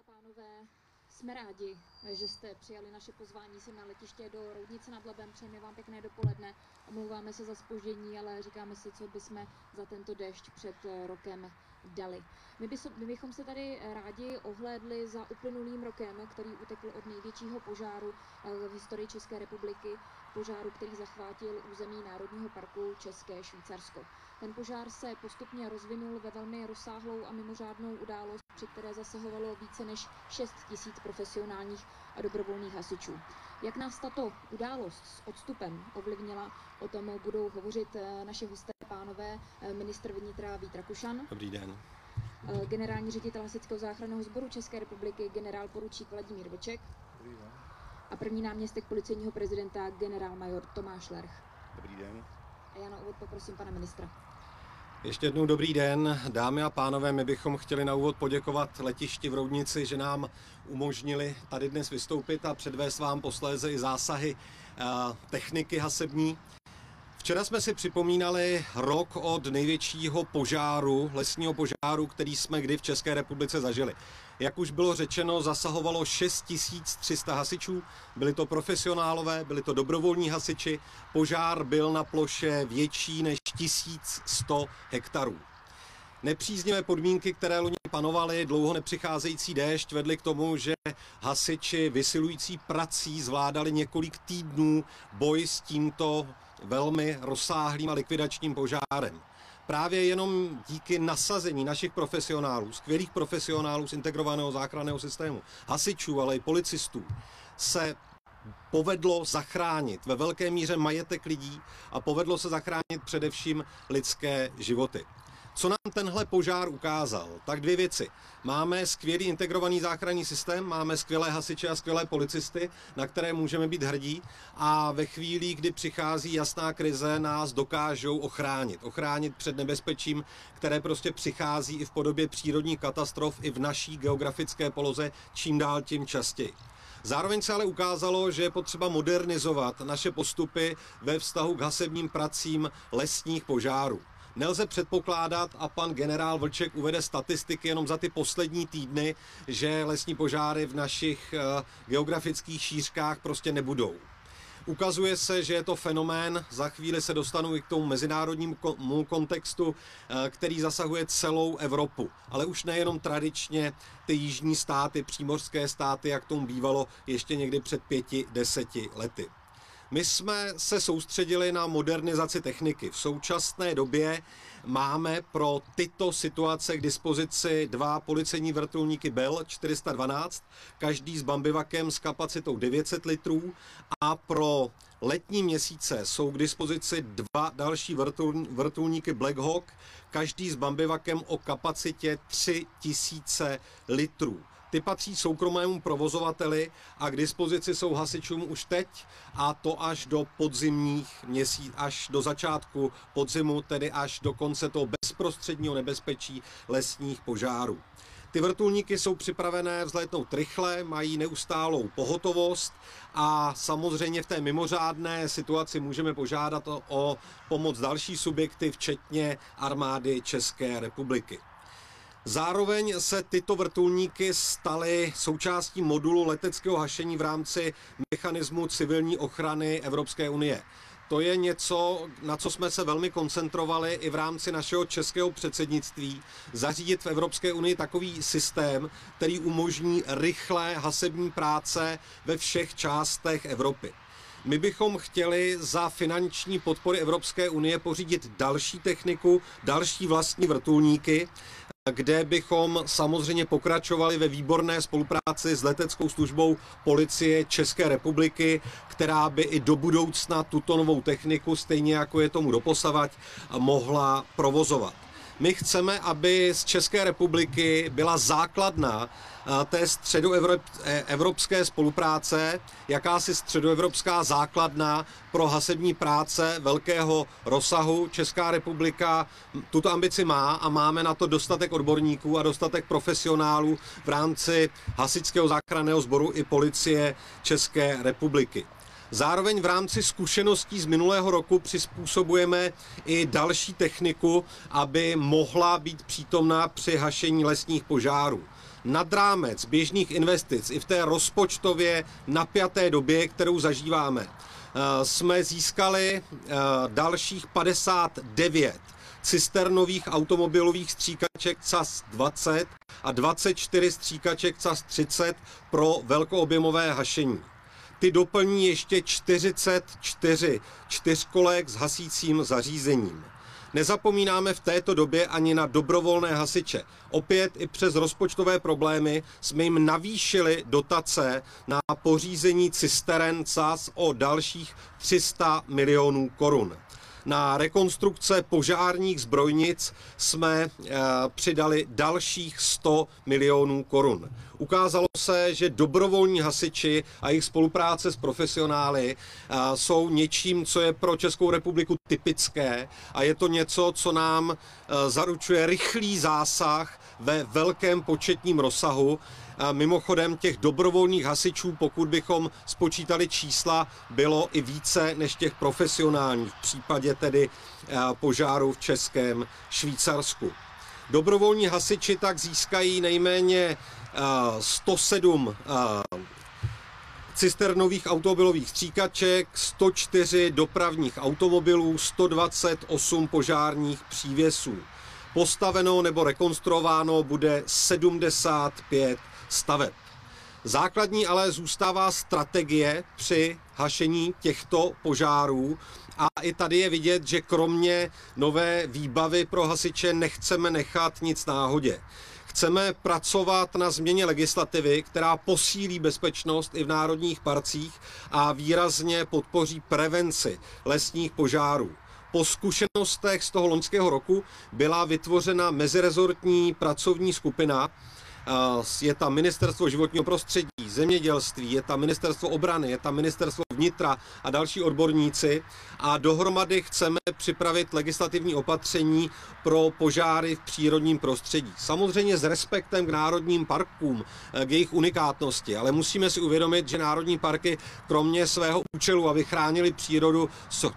Pánové, jsme rádi, že jste přijali naše pozvání sem na letiště do Roudnice nad Labem. Přejeme vám pěkné dopoledne. Omlouváme se za zpoždění, ale říkáme si, co bychom za tento déšť před rokem dali. My bychom se tady rádi ohlédli za uplynulým rokem, který utekl od největšího požáru v historii České republiky, požáru, který zachvátil území Národního parku České Švýcarsko. Ten požár se postupně rozvinul ve velmi rozsáhlou a mimořádnou událost, při které zasahovalo více než 6 000 profesionálních a dobrovolných hasičů. Jak nás tato událost s odstupem ovlivnila, o tom budou hovořit naše hosté, pánové, ministr vnitra Vít Rakušan. Dobrý den. Generální ředitel Hasičského záchranného sboru České republiky generál poručík Vladimír Vlček. Dobrý den. A první náměstek policejního prezidenta generál major Tomáš Lerch. Dobrý den. A já na úvod poprosím pana ministra. Ještě jednou dobrý den, dámy a pánové, my bychom chtěli na úvod poděkovat letišti v Roudnici, že nám umožnili tady dnes vystoupit a předvést vám posléze i zásahy techniky hasební. Včera jsme si připomínali rok od největšího požáru, lesního požáru, který jsme kdy v České republice zažili. Jak už bylo řečeno, zasahovalo 6 300 hasičů, byli to profesionálové, byli to dobrovolní hasiči, požár byl na ploše větší než 1100 hektarů. Nepříznivé podmínky, které loni panovaly, dlouho nepřicházející déšť, vedly k tomu, že hasiči vysilující prací zvládali několik týdnů boj s tímto velmi rozsáhlým a likvidačním požárem. Právě jenom díky nasazení našich profesionálů, skvělých profesionálů z integrovaného záchranného systému, hasičů, ale i policistů, se povedlo zachránit ve velké míře majetek lidí a povedlo se zachránit především lidské životy. Co nám tenhle požár ukázal? Tak dvě věci. Máme skvělý integrovaný záchranný systém, máme skvělé hasiče a skvělé policisty, na které můžeme být hrdí, a ve chvíli, kdy přichází jasná krize, nás dokážou ochránit. Ochránit před nebezpečím, které prostě přichází i v podobě přírodních katastrof, i v naší geografické poloze, čím dál tím častěji. Zároveň se ale ukázalo, že je potřeba modernizovat naše postupy ve vztahu k hasebním pracím lesních požárů. Nelze předpokládat, a pan generál Vlček uvede statistiky jenom za ty poslední týdny, že lesní požáry v našich geografických šířkách prostě nebudou. Ukazuje se, že je to fenomén, za chvíli se dostanu i k tomu mezinárodnímu kontextu, který zasahuje celou Evropu. Ale už nejenom tradičně ty jižní státy, přímořské státy, jak tomu bývalo ještě někdy před 5–10 lety. My jsme se soustředili na modernizaci techniky. V současné době máme pro tyto situace k dispozici 2 policejní vrtulníky Bell 412, každý s bambivakem s kapacitou 900 litrů, a pro letní měsíce jsou k dispozici 2 další vrtulníky Black Hawk, každý s bambivakem o kapacitě 3000 litrů. Ty patří soukromému provozovateli a k dispozici jsou hasičům už teď, a to až do podzimních měsíců, až do začátku podzimu, tedy až do konce toho bezprostředního nebezpečí lesních požárů. Ty vrtulníky jsou připravené vzlétnout rychle, mají neustálou pohotovost a samozřejmě v té mimořádné situaci můžeme požádat o pomoc další subjekty, včetně armády České republiky. Zároveň se tyto vrtulníky staly součástí modulu leteckého hašení v rámci mechanismu civilní ochrany Evropské unie. To je něco, na co jsme se velmi koncentrovali i v rámci našeho českého předsednictví, zařídit v Evropské unii takový systém, který umožní rychlé hasební práce ve všech částech Evropy. My bychom chtěli za finanční podpory Evropské unie pořídit další techniku, další vlastní vrtulníky, kde bychom samozřejmě pokračovali ve výborné spolupráci s leteckou službou Policie České republiky, která by i do budoucna tuto novou techniku, stejně jako je tomu doposavad, mohla provozovat. My chceme, aby z České republiky byla základna té středoevropské spolupráce, jakási středoevropská základna pro hasební práce velkého rozsahu. Česká republika tuto ambici má a máme na to dostatek odborníků a dostatek profesionálů v rámci Hasičského záchranného sboru i Policie České republiky. Zároveň v rámci zkušeností z minulého roku přizpůsobujeme i další techniku, aby mohla být přítomná při hašení lesních požárů. nad rámec běžných investic i v té rozpočtově napjaté době, kterou zažíváme, jsme získali dalších 59 cisternových automobilových stříkaček CAS 20 a 24 stříkaček CAS 30 pro velkoobjemové hašení. Ty doplní ještě 44 čtyřkolek s hasícím zařízením. Nezapomínáme v této době ani na dobrovolné hasiče. Opět i přes rozpočtové problémy jsme jim navýšili dotace na pořízení cisteren CAS o dalších 300 milionů korun. Na rekonstrukce požárních zbrojnic jsme přidali dalších 100 milionů korun. Ukázalo se, že dobrovolní hasiči a jejich spolupráce s profesionály jsou něčím, co je pro Českou republiku typické a je to něco, co nám zaručuje rychlý zásah ve velkém početním rozsahu. Mimochodem těch dobrovolných hasičů, pokud bychom spočítali čísla, bylo i více než těch profesionálních v případě tedy požáru v Českém Švýcarsku. Dobrovolní hasiči tak získají nejméně 107 cisternových automobilových stříkaček, 104 dopravních automobilů, 128 požárních přívěsů. Postaveno nebo rekonstruováno bude 75 staveb. Základní ale zůstává strategie při hašení těchto požárů a i tady je vidět, že kromě nové výbavy pro hasiče nechceme nechat nic náhodě. Chceme pracovat na změně legislativy, která posílí bezpečnost i v národních parcích a výrazně podpoří prevenci lesních požárů. Po zkušenostech z toho loňského roku byla vytvořena mezirezortní pracovní skupina. Je tam Ministerstvo životního prostředí, zemědělství, je tam Ministerstvo obrany, je tam Ministerstvo vnitra a další odborníci a dohromady chceme připravit legislativní opatření pro požáry v přírodním prostředí. Samozřejmě s respektem k národním parkům, k jejich unikátnosti, ale musíme si uvědomit, že národní parky kromě svého účelu, aby chránili přírodu, jsou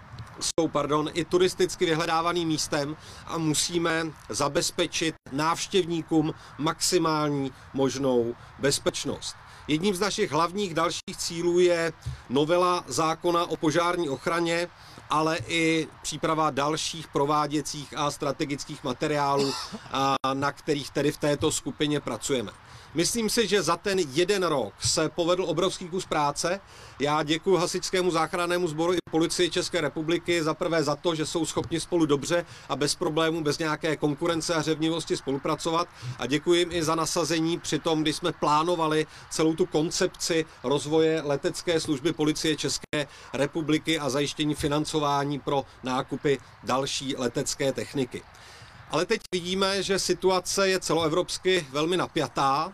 i turisticky vyhledávaným místem a musíme zabezpečit návštěvníkům maximální možnou bezpečnost. Jedním z našich hlavních dalších cílů je novela zákona o požární ochraně, ale i příprava dalších prováděcích a strategických materiálů, na kterých tedy v této skupině pracujeme. Myslím si, že za ten jeden rok se povedl obrovský kus práce. Já děkuji Hasičskému záchrannému sboru i Policii České republiky za prvé za to, že jsou schopni spolu dobře a bez problémů, bez nějaké konkurence a řevnivosti spolupracovat. A děkuji jim i za nasazení při tom, když jsme plánovali celou tu koncepci rozvoje letecké služby Policie České republiky a zajištění financování pro nákupy další letecké techniky. Ale teď vidíme, že situace je celoevropsky velmi napjatá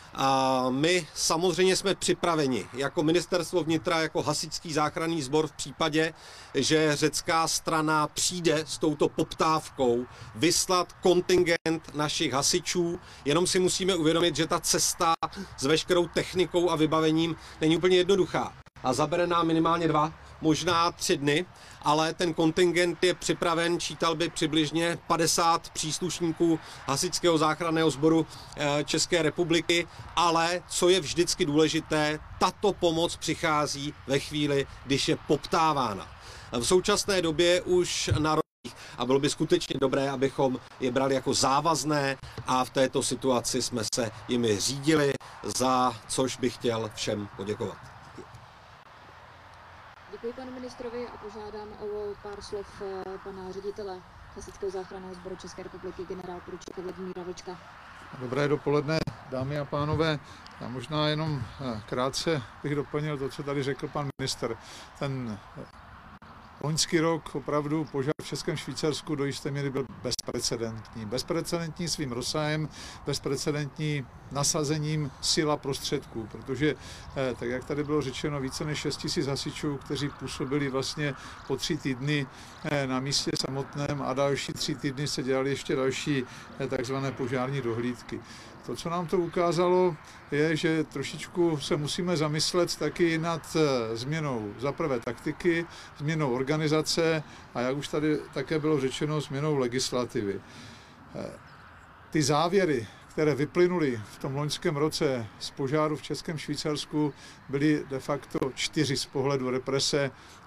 a my samozřejmě jsme připraveni jako Ministerstvo vnitra, jako Hasičský záchranný sbor v případě, že řecká strana přijde s touto poptávkou vyslat kontingent našich hasičů. Jenom si musíme uvědomit, že ta cesta s veškerou technikou a vybavením není úplně jednoduchá a zabere nám minimálně 2, možná 3 dny, ale ten kontingent je připraven, čítal by přibližně 50 příslušníků Hasičského záchranného sboru České republiky, ale co je vždycky důležité, tato pomoc přichází ve chvíli, když je poptávána. V současné době už na a bylo by skutečně dobré, abychom je brali jako závazné a v této situaci jsme se jimi řídili, za což bych chtěl všem poděkovat. Děkuji panu ministrovi a požádám o pár slov pana ředitele Hasičského záchranného sboru České republiky, generálporučíka Vladimíra Vlčka. Dobré dopoledne, dámy a pánové. Já možná jenom krátce bych doplnil to, co tady řekl pan ministr. Ten loňský rok opravdu požár v Českém Švýcarsku do jisté míry byl bezprecedentní. Bezprecedentní svým rozsahem, bezprecedentní nasazením sil a prostředků, protože, tak jak tady bylo řečeno, více než 6 000 hasičů, kteří působili vlastně po 3 týdny na místě samotném a další 3 týdny se dělali ještě další takzvané požární dohlídky. To, co nám to ukázalo, je, že trošičku se musíme zamyslet taky nad změnou zaprvé taktiky, změnou organizace a jak už tady také bylo řečeno, změnou legislativy. Ty závěry, které vyplynuly v tom loňském roce z požáru v Českém Švýcarsku, byly de facto 4 z pohledu represe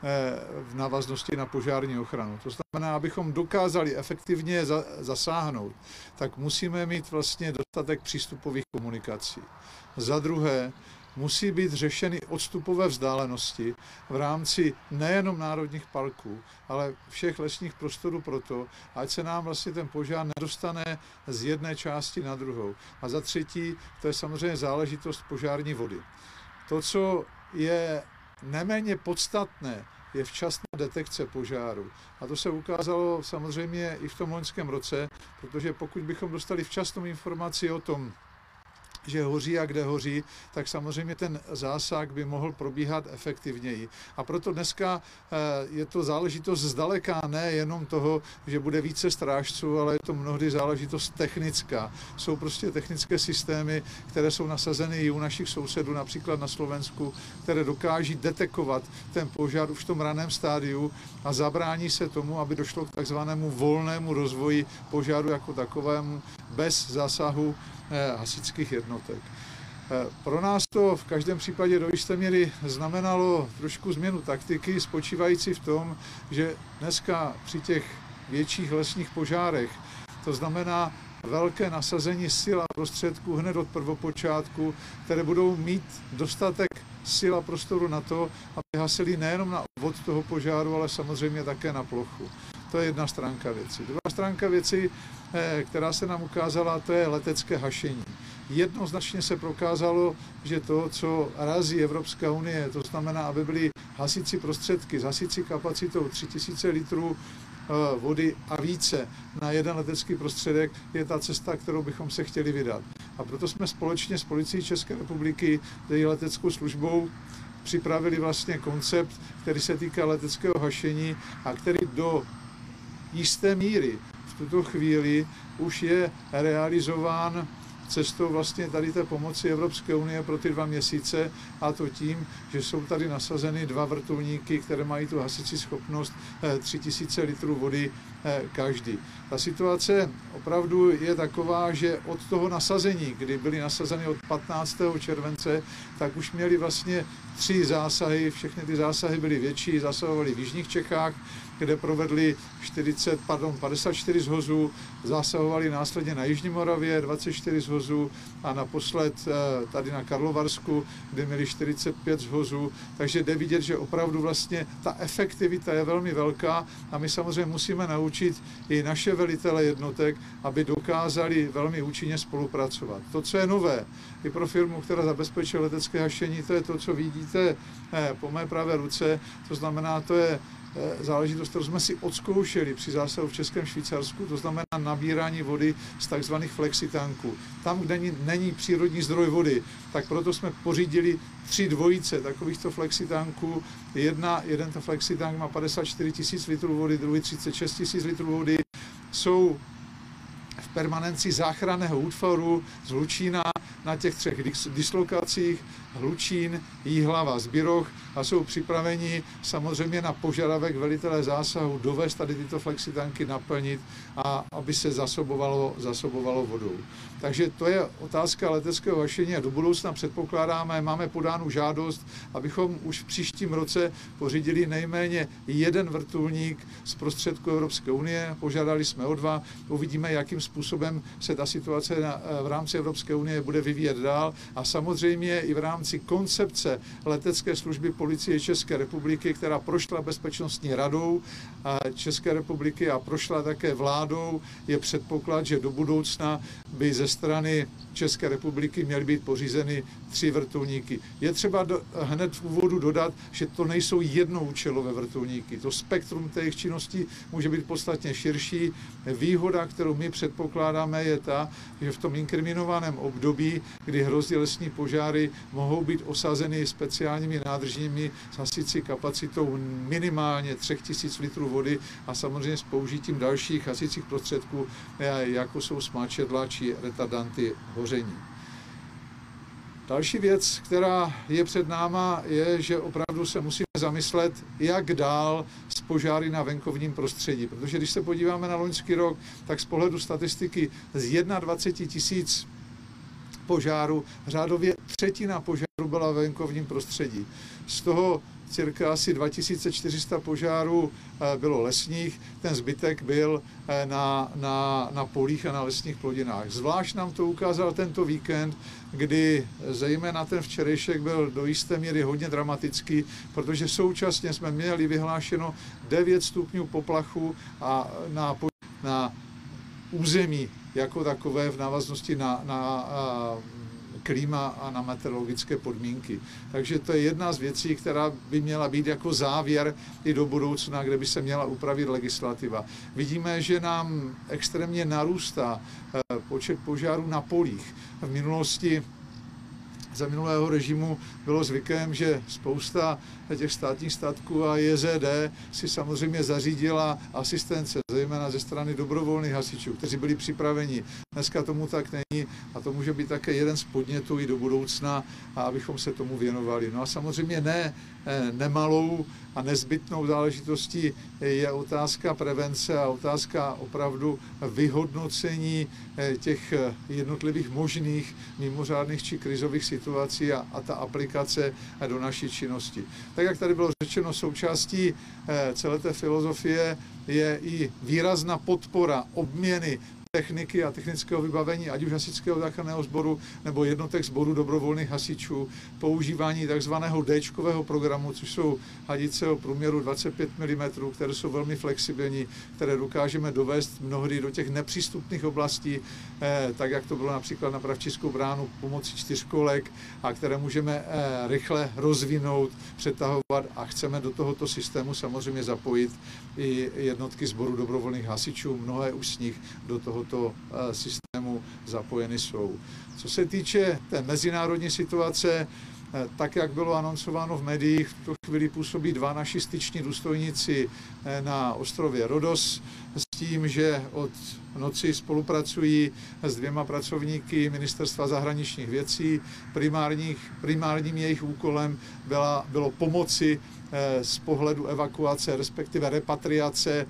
v návaznosti na požární ochranu. To znamená, abychom dokázali efektivně zasáhnout, tak musíme mít vlastně dostatek přístupových komunikací. Za druhé, musí být řešeny odstupové vzdálenosti v rámci nejenom národních parků, ale všech lesních prostorů proto, ať se nám vlastně ten požár nedostane z jedné části na druhou. A za třetí, to je samozřejmě záležitost požární vody. To, co je neméně podstatné, je včasná detekce požáru. A to se ukázalo samozřejmě i v tom loňském roce, protože pokud bychom dostali včasnou informaci o tom, že hoří a kde hoří, tak samozřejmě ten zásah by mohl probíhat efektivněji. A proto dneska je to záležitost zdaleka ne jenom toho, že bude více strážců, ale je to mnohdy záležitost technická. Jsou prostě technické systémy, které jsou nasazeny i u našich sousedů, například na Slovensku, které dokáží detekovat ten požár už v tom raném stádiu a zabrání se tomu, aby došlo k takzvanému volnému rozvoji požáru jako takovému bez zásahu hasičských jednotek. Pro nás to v každém případě do jisté míry znamenalo trošku změnu taktiky, spočívající v tom, že dneska při těch větších lesních požárech, to znamená velké nasazení sil a prostředků hned od prvopočátku, které budou mít dostatek sil a prostoru na to, aby hasili nejenom na obvod toho požáru, ale samozřejmě také na plochu. To je jedna stránka věci. Druhá stránka věci, která se nám ukázala, to je letecké hašení. Jednoznačně se prokázalo, že to, co razí Evropská unie, to znamená, aby byly hasicí prostředky s hasicí kapacitou 3000 litrů vody a více na jeden letecký prostředek, je ta cesta, kterou bychom se chtěli vydat. A proto jsme společně s Policií České republiky, její leteckou službou, připravili vlastně koncept, který se týká leteckého hašení a který do jisté míry v tuto chvíli už je realizován cestou vlastně tady té pomoci Evropské unie pro ty 2 měsíce, a to tím, že jsou tady nasazeny 2 vrtulníky, které mají tu hasicí schopnost 3000 litrů vody každý. Ta situace opravdu je taková, že od toho nasazení, kdy byly nasazeny od 15. července, tak už měli vlastně 3 zásahy, všechny ty zásahy byly větší, zasahovali v jižních Čechách, kde provedli 54 zhozů, zasahovali následně na Jižní Moravě 24 zhozů a naposled tady na Karlovarsku, kde měli 45 zhozů. Takže jde vidět, že opravdu vlastně ta efektivita je velmi velká a my samozřejmě musíme naučit i naše velitele jednotek, aby dokázali velmi účinně spolupracovat. To, co je nové i pro firmu, která zabezpečuje letecké hašení, to je to, co vidíte po mé pravé ruce, to znamená, to je záležitost, kterou jsme si odzkoušeli při zásahu v Českém Švýcarsku, to znamená nabírání vody z takzvaných flexitanků. Tam, kde není přírodní zdroj vody, tak proto jsme pořídili 3 dvojice takovýchto flexitanků. Jeden to flexitank má 54 000 litrů vody, druhý 36 000 litrů vody. Jsou v permanenci záchranného útvaru z Hlučína na těch 3 dislokacích, Hlučín, Jihlava, Zbiroh, a jsou připraveni samozřejmě na požadavek velitele zásahu dovést tady tyto flexitanky, naplnit a aby se zasobovalo vodou. Takže to je otázka leteckého hašení a do budoucna předpokládáme, máme podánu žádost, abychom už v příštím roce pořídili nejméně 1 vrtulník z prostředků Evropské unie, požádali jsme o 2, uvidíme, jakým způsobem se ta situace v rámci Evropské unie bude vyvíjet dál a samozřejmě i v rámci koncepce letecké služby Policie České republiky, která prošla Bezpečnostní radou České republiky a prošla také vládou, je předpoklad, že do budoucna by ze strany České republiky měly být pořízeny 3 vrtulníky. Je třeba hned v úvodu dodat, že to nejsou jednoúčelové vrtulníky. To spektrum té jejich činnosti může být podstatně širší. Výhoda, kterou my předpokládáme, je ta, že v tom inkriminovaném období, kdy hrozí lesní požáry, mohou být osazeny speciálními nádržími s hasicí kapacitou minimálně 3000 litrů vody a samozřejmě s použitím dalších hasicích prostředků, jako jsou smáčedla či retardanty hoření. Další věc, která je před náma, je, že opravdu se musíme zamyslet, jak dál s požáry na venkovním prostředí. Protože když se podíváme na loňský rok, tak z pohledu statistiky z 21 000 požáru, řádově třetina požáru byla ve venkovním prostředí. Z toho cirka asi 2400 požárů bylo lesních, ten zbytek byl na polích a na lesních plodinách. Zvlášť nám to ukázal tento víkend, kdy zejména ten včerejšek byl do jisté míry hodně dramatický, protože současně jsme měli vyhlášeno 9 stupňů poplachu a na území jako takové v návaznosti na klima a na meteorologické podmínky. Takže to je jedna z věcí, která by měla být jako závěr i do budoucna, kde by se měla upravit legislativa. Vidíme, že nám extrémně narůstá počet požárů na polích. V minulosti za minulého režimu bylo zvykem, že spousta těch státních statků a JZD si samozřejmě zařídila asistence, zejména ze strany dobrovolných hasičů, kteří byli připraveni. Dneska tomu tak není a to může být také jeden z podnětů i do budoucna, abychom se tomu věnovali. No a samozřejmě nemalou a nezbytnou záležitostí je otázka prevence a otázka opravdu vyhodnocení těch jednotlivých možných mimořádných či krizových situací a ta aplikace do naší činnosti. Tak, jak tady bylo řečeno, součástí celé té filozofie je i výrazná podpora obměny techniky a technického vybavení, ať už hasičského záchranného sboru nebo jednotek sboru dobrovolných hasičů, používání takzvaného D-čkového programu, což jsou hadice o průměru 25 mm, které jsou velmi flexibilní, které dokážeme dovést mnohdy do těch nepřístupných oblastí, tak jak to bylo například na Pravčickou bránu pomocí 4 kolek a které můžeme rychle rozvinout, přetahovat a chceme do tohoto systému samozřejmě zapojit i jednotky sboru dobrovolných hasičů, mnohé už z nich do tohoto systému zapojeny jsou. Co se týče té mezinárodní situace, tak jak bylo anoncováno v médiích, v tuto chvíli působí 2 naši styční důstojníci na ostrově Rhodos s tím, že od noci spolupracují s 2 pracovníky Ministerstva zahraničních věcí. Primárním jejich úkolem bylo pomoci z pohledu evakuace, respektive repatriace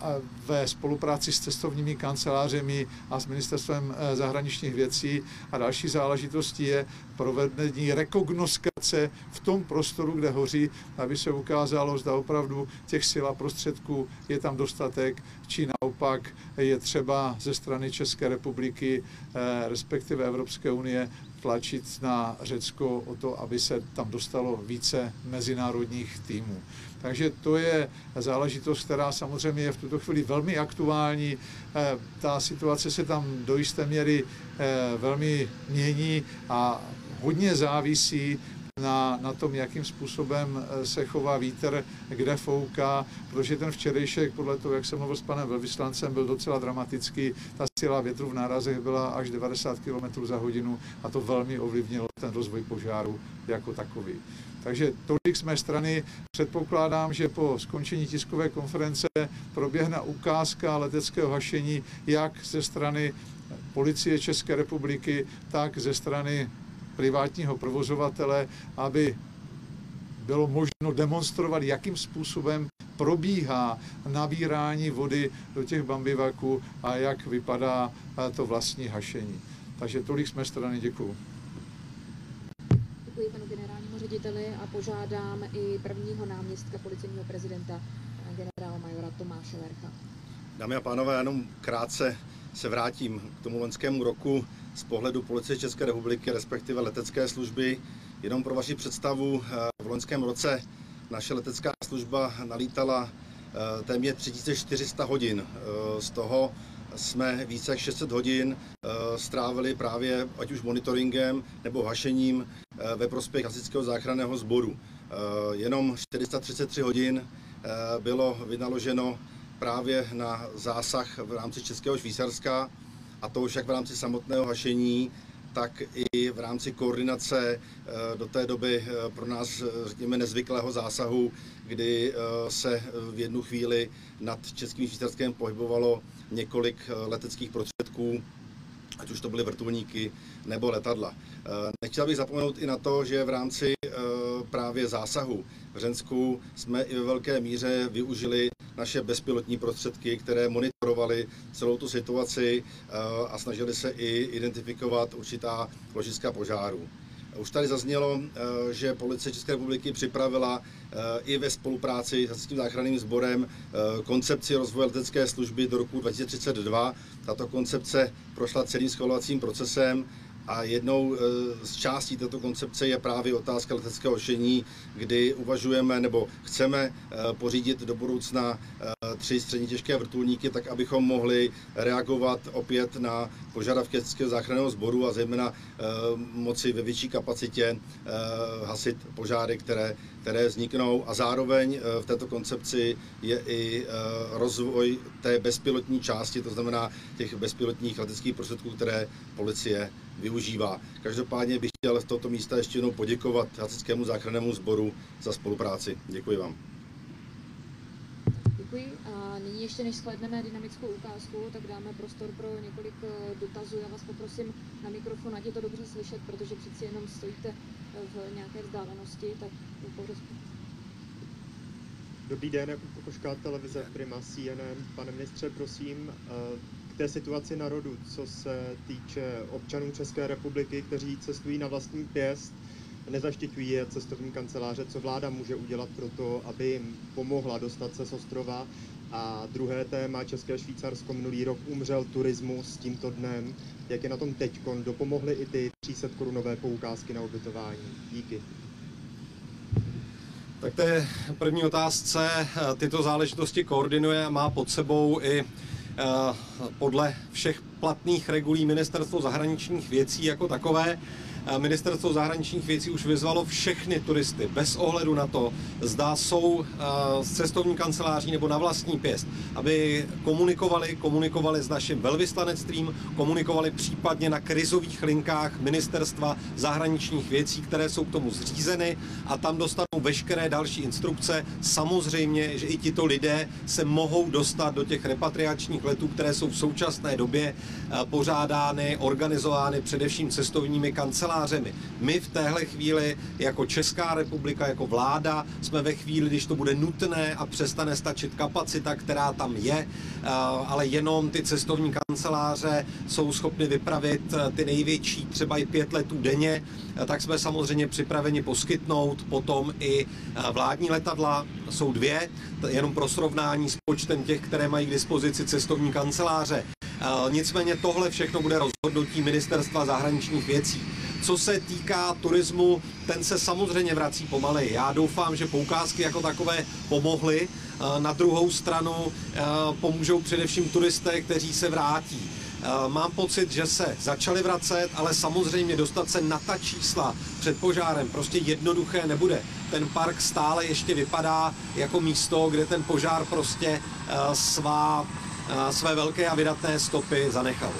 ve spolupráci s cestovními kancelářemi a s Ministerstvem zahraničních věcí. A další záležitostí je provedení rekognoskace v tom prostoru, kde hoří, aby se ukázalo, zda opravdu těch sil a prostředků je tam dostatek, či naopak je třeba ze strany České republiky, respektive Evropské unie, tlačit na Řecko o to, aby se tam dostalo více mezinárodních týmů. Takže to je záležitost, která samozřejmě je v tuto chvíli velmi aktuální. Ta situace se tam do jisté míry velmi mění a hodně závisí na tom, jakým způsobem se chová vítr, kde fouká, protože ten včerejšek, podle toho, jak jsem mluvil s panem velvyslancem, byl docela dramatický. Ta síla větru v nárazech byla až 90 km za hodinu a to velmi ovlivnilo ten rozvoj požáru jako takový. Takže tolik z mé strany. Předpokládám, že po skončení tiskové konference proběhne ukázka leteckého hašení jak ze strany Policie České republiky, tak ze strany privátního provozovatele, aby bylo možno demonstrovat, jakým způsobem probíhá nabírání vody do těch bambivaků a jak vypadá to vlastní hašení. Takže tolik z mé strany, děkuju. Děkuji panu generálnímu řediteli a požádám i prvního náměstka policejního prezidenta, generála majora Tomáše Lercha. Dámy a pánové, jenom krátce se vrátím k tomu loňskému roku z pohledu Policie České republiky, respektive letecké služby. Jenom pro vaši představu, v loňském roce naše letecká služba nalítala téměř 3400 hodin. Z toho jsme více jak 600 hodin strávili právě ať už monitoringem nebo hašením ve prospěch hasičského záchranného sboru. Jenom 433 hodin bylo vynaloženo právě na zásah v rámci Českého Švýcarska, a to už jak v rámci samotného hašení, tak i v rámci koordinace do té doby pro nás, řekněme, nezvyklého zásahu, kdy se v jednu chvíli nad Českým Švýcarskem pohybovalo několik leteckých prostředků, ať už to byly vrtulníky nebo letadla. Nechtěl bych zapomenout i na to, že v rámci právě zásahu v Hřensku jsme i ve velké míře využili naše bezpilotní prostředky, které monitorovaly celou tu situaci a snažili se i identifikovat určitá ložiska požáru. Už tady zaznělo, že Policie České republiky připravila i ve spolupráci s Hasičským záchranným sborem koncepci rozvoje letecké služby do roku 2032. Tato koncepce prošla celým schvalovacím procesem a jednou z částí této koncepce je právě otázka leteckého šení, kdy uvažujeme nebo chceme pořídit do budoucna 3 středně těžké vrtulníky, tak abychom mohli reagovat opět na požadavky Hasičského záchranného sboru a zejména moci ve větší kapacitě hasit požáry, které vzniknou. A zároveň v této koncepci je i rozvoj té bezpilotní části, to znamená těch bezpilotních leteckých prostředků, které policie využívá. Každopádně bych chtěl z tohoto místa ještě jednou poděkovat Hasičskému záchrannému sboru za spolupráci. Děkuji vám. Děkuji. A nyní ještě než shlédneme dynamickou ukázku, tak dáme prostor pro několik dotazů. Já vás poprosím na mikrofon, ať je to dobře slyšet, protože přeci jenom stojíte v nějaké vzdálenosti, tak Dobrý den, Jakub Kokoška, televize Prima CNN. Pane ministře, prosím, k té situaci na rodu, co se týče občanů České republiky, kteří cestují na vlastní pěst, nezaštiťují je cestovní kanceláře, co vláda může udělat pro to, aby jim pomohla dostat se z ostrova. A druhé téma, České a Švýcarsko, minulý rok umřel turismus tímto dnem. Jak je na tom teďkon? Dopomohly i ty 300 korunové poukázky na ubytování? Díky. Tak té první otázce tyto záležitosti koordinuje a má pod sebou i podle všech platných regulí Ministerstvo zahraničních věcí jako takové. Ministerstvo zahraničních věcí už vyzvalo všechny turisty, bez ohledu na to, zda jsou z cestovní kanceláří nebo na vlastní pěst, aby komunikovali s naším velvyslanectvím, komunikovali případně na krizových linkách Ministerstva zahraničních věcí, které jsou k tomu zřízeny a tam dostanou veškeré další instrukce. Samozřejmě, že i tito lidé se mohou dostat do těch repatriačních letů, které jsou v současné době pořádány, organizovány především cestovními kancelářemi. My v téhle chvíli jako Česká republika, jako vláda, jsme ve chvíli, když to bude nutné a přestane stačit kapacita, která tam je, ale jenom ty cestovní kanceláře jsou schopny vypravit ty největší, třeba i 5 letů denně, tak jsme samozřejmě připraveni poskytnout potom i vládní letadla. Jsou 2, jenom pro srovnání s počtem těch, které mají k dispozici cestovní kanceláře. Nicméně tohle všechno bude rozhodnutí Ministerstva zahraničních věcí. Co se týká turismu, ten se samozřejmě vrací pomaleji. Já doufám, že poukázky jako takové pomohly. Na druhou stranu pomůžou především turisté, kteří se vrátí. Mám pocit, že se začali vracet, ale samozřejmě dostat se na ta čísla před požárem prostě jednoduché nebude. Ten park stále ještě vypadá jako místo, kde ten požár prostě své velké a vydatné stopy zanechal.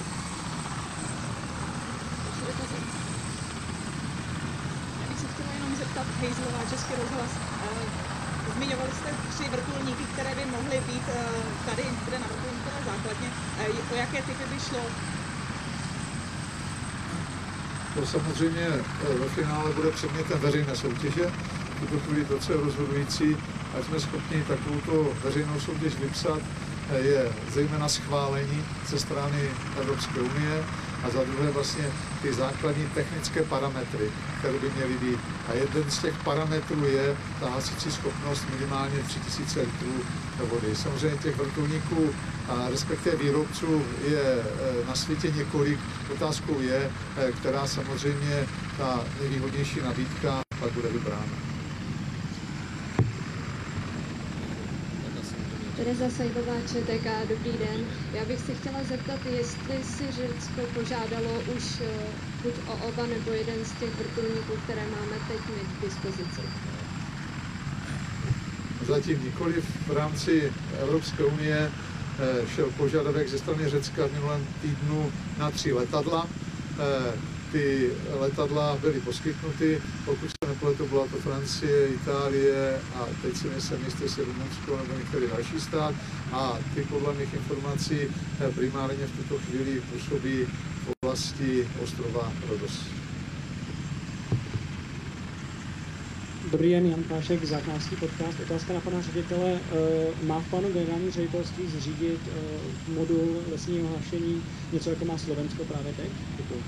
Hejzlová, Český rozhlas. Zmiňovali jste 3 vrtulníky, které by mohly být tady na vrtulníkové základně. O jaké typy by šlo? To samozřejmě ve finále bude předmětem veřejné soutěže. V tuto chvíli to, co je rozhodující, ať jsme schopni takovouto veřejnou soutěž vypsat, je zejména schválení ze strany Evropské unie a za druhé vlastně ty základní technické parametry, které by měly být. A jeden z těch parametrů je ta hasicí schopnost minimálně 3000 litrů vody. Samozřejmě těch vrtulníků a respektive výrobců je na světě několik. Otázkou je, která samozřejmě ta nejvýhodnější nabídka pak bude vybrána. Tereza Sajdová, ČTK, dobrý den. Já bych se chtěla zeptat, jestli si Řecko požádalo už buď o oba nebo jeden z těch vrtulníků, které máme teď k dispozici. Zatím nikoliv. V rámci Evropské unie šel požadavek ze strany Řecka v minulém týdnu na 3 letadla. Ty letadla byly poskytnuty, pokud se nepletu, byla to Francie, Itálie a teď si nejsem jistý, jestli Rumunsko nebo některý další stát. A ty podle mých informací primárně v tuto chvíli působí v oblasti ostrova Rhodos. Dobrý den, Jan Pášek, Záchranářský podcast. Otázka na pana ředitele. Má v plánu generální ředitelství zřídit modul lesního hašení, něco jako má Slovensko právě teď? Děkuji.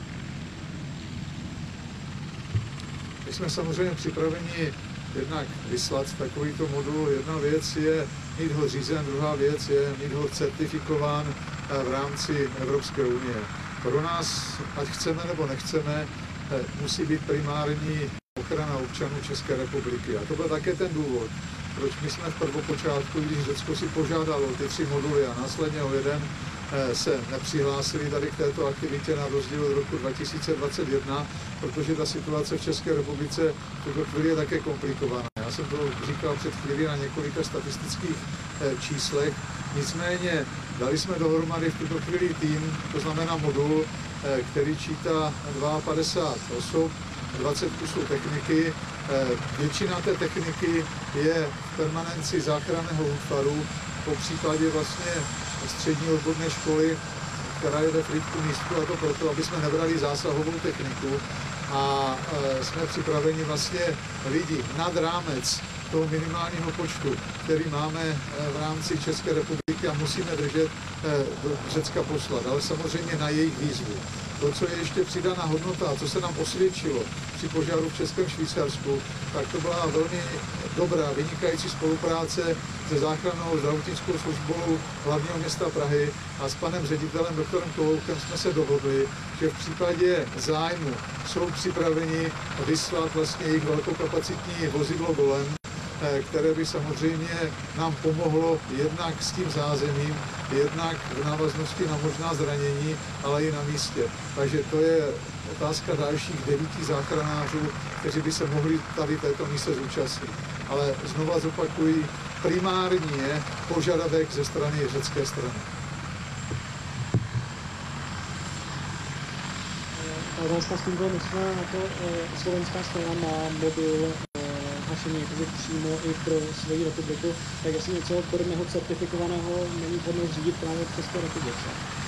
My jsme samozřejmě připraveni jednak vyslat takovýto modul. Jedna věc je mít ho řízen, druhá věc je mít ho certifikován v rámci Evropské unie. Pro nás, ať chceme nebo nechceme, musí být primární ochrana občanů České republiky. A to byl také ten důvod, proč my jsme v prvopočátku, když Řecko si požádalo ty 3 moduly a následně o jeden se nepřihlásili tady k této aktivitě na rozdíl od roku 2021, protože ta situace v České republice v tuto chvíli je také komplikovaná. Já jsem to říkal před chvíli na několika statistických číslech, nicméně dali jsme dohromady v tuto chvíli tým, to znamená modul, který čítá 52 osob, 20 kusů techniky. Většina té techniky je v permanenci záchranného útvaru, po případě vlastně střední odborné školy, která je ve Frýdku místku, a to proto, aby jsme nebrali zásahovou techniku a jsme připraveni vlastně lidi nad rámec toho minimálního počtu, který máme v rámci České republiky a musíme držet do Řecka poslat, ale samozřejmě na jejich výzvu. To, co je ještě přidaná hodnota a co se nám osvědčilo při požáru v Českém Švýcarsku, tak to byla velmi dobrá, vynikající spolupráce se záchrannou zdravotnickou službou hlavního města Prahy a s panem ředitelem doktorem Koloukem jsme se dohodli, že v případě zájmu jsou připraveni vyslat vlastně jejich velkokapacitní vozidlo Golem, které by samozřejmě nám pomohlo jednak s tím zázemím, jednak v návaznosti na možná zranění, ale i na místě. Takže to je otázka dalších 9 záchranářů, kteří by se mohli tady této mise zúčastnit. Ale znova zopakuji, primární je požadavek ze strany řecké strany. Otázka s tím bylo myslena na to, slovenská strana má modul hašení jakože přímo i pro svoji republiku, tak jestli něco podobného certifikovaného není vhodné řídit právě v České republice.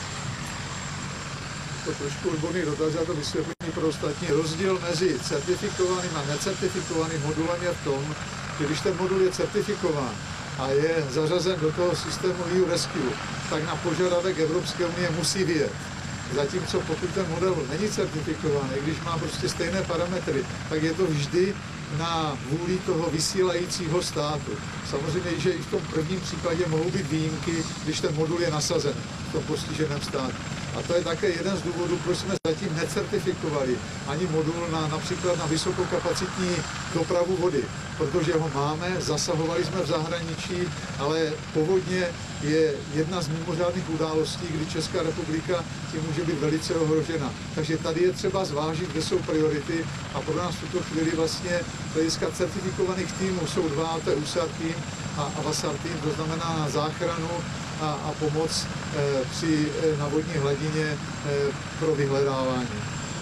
To trošku odborný dotaz, já to vysvětlení pro ostatní. Rozdíl mezi certifikovaným a necertifikovaným modulem je v tom, že když ten modul je certifikován a je zařazen do toho systému EU Rescue, tak na požadavek Evropské unie musí vyjet. Zatímco pokud ten model není certifikovaný, když má prostě stejné parametry, tak je to vždy na vůli toho vysílajícího státu. Samozřejmě, že i v tom prvním případě mohou být výjimky, když ten modul je nasazen v tom postiženém státu. A to je také jeden z důvodů, proč jsme zatím necertifikovali ani modul například na vysokokapacitní dopravu vody, protože ho máme, zasahovali jsme v zahraničí, ale povodně je jedna z mimořádných událostí, kdy Česká republika tím může být velice ohrožena. Takže tady je třeba zvážit, kde jsou priority a pro nás v tuto chvíli vlastně hlediska certifikovaných týmů jsou 2, to je USAR tým a Avasar tým, to znamená na záchranu a pomoc při navodní hladině pro vyhledávání.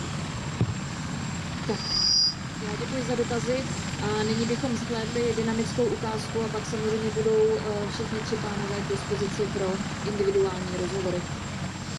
Tak, já děkuji za dotazy a nyní bychom zhlédli dynamickou ukázku a pak samozřejmě budou všichni 3 pánové k dispozici pro individuální rozhovory.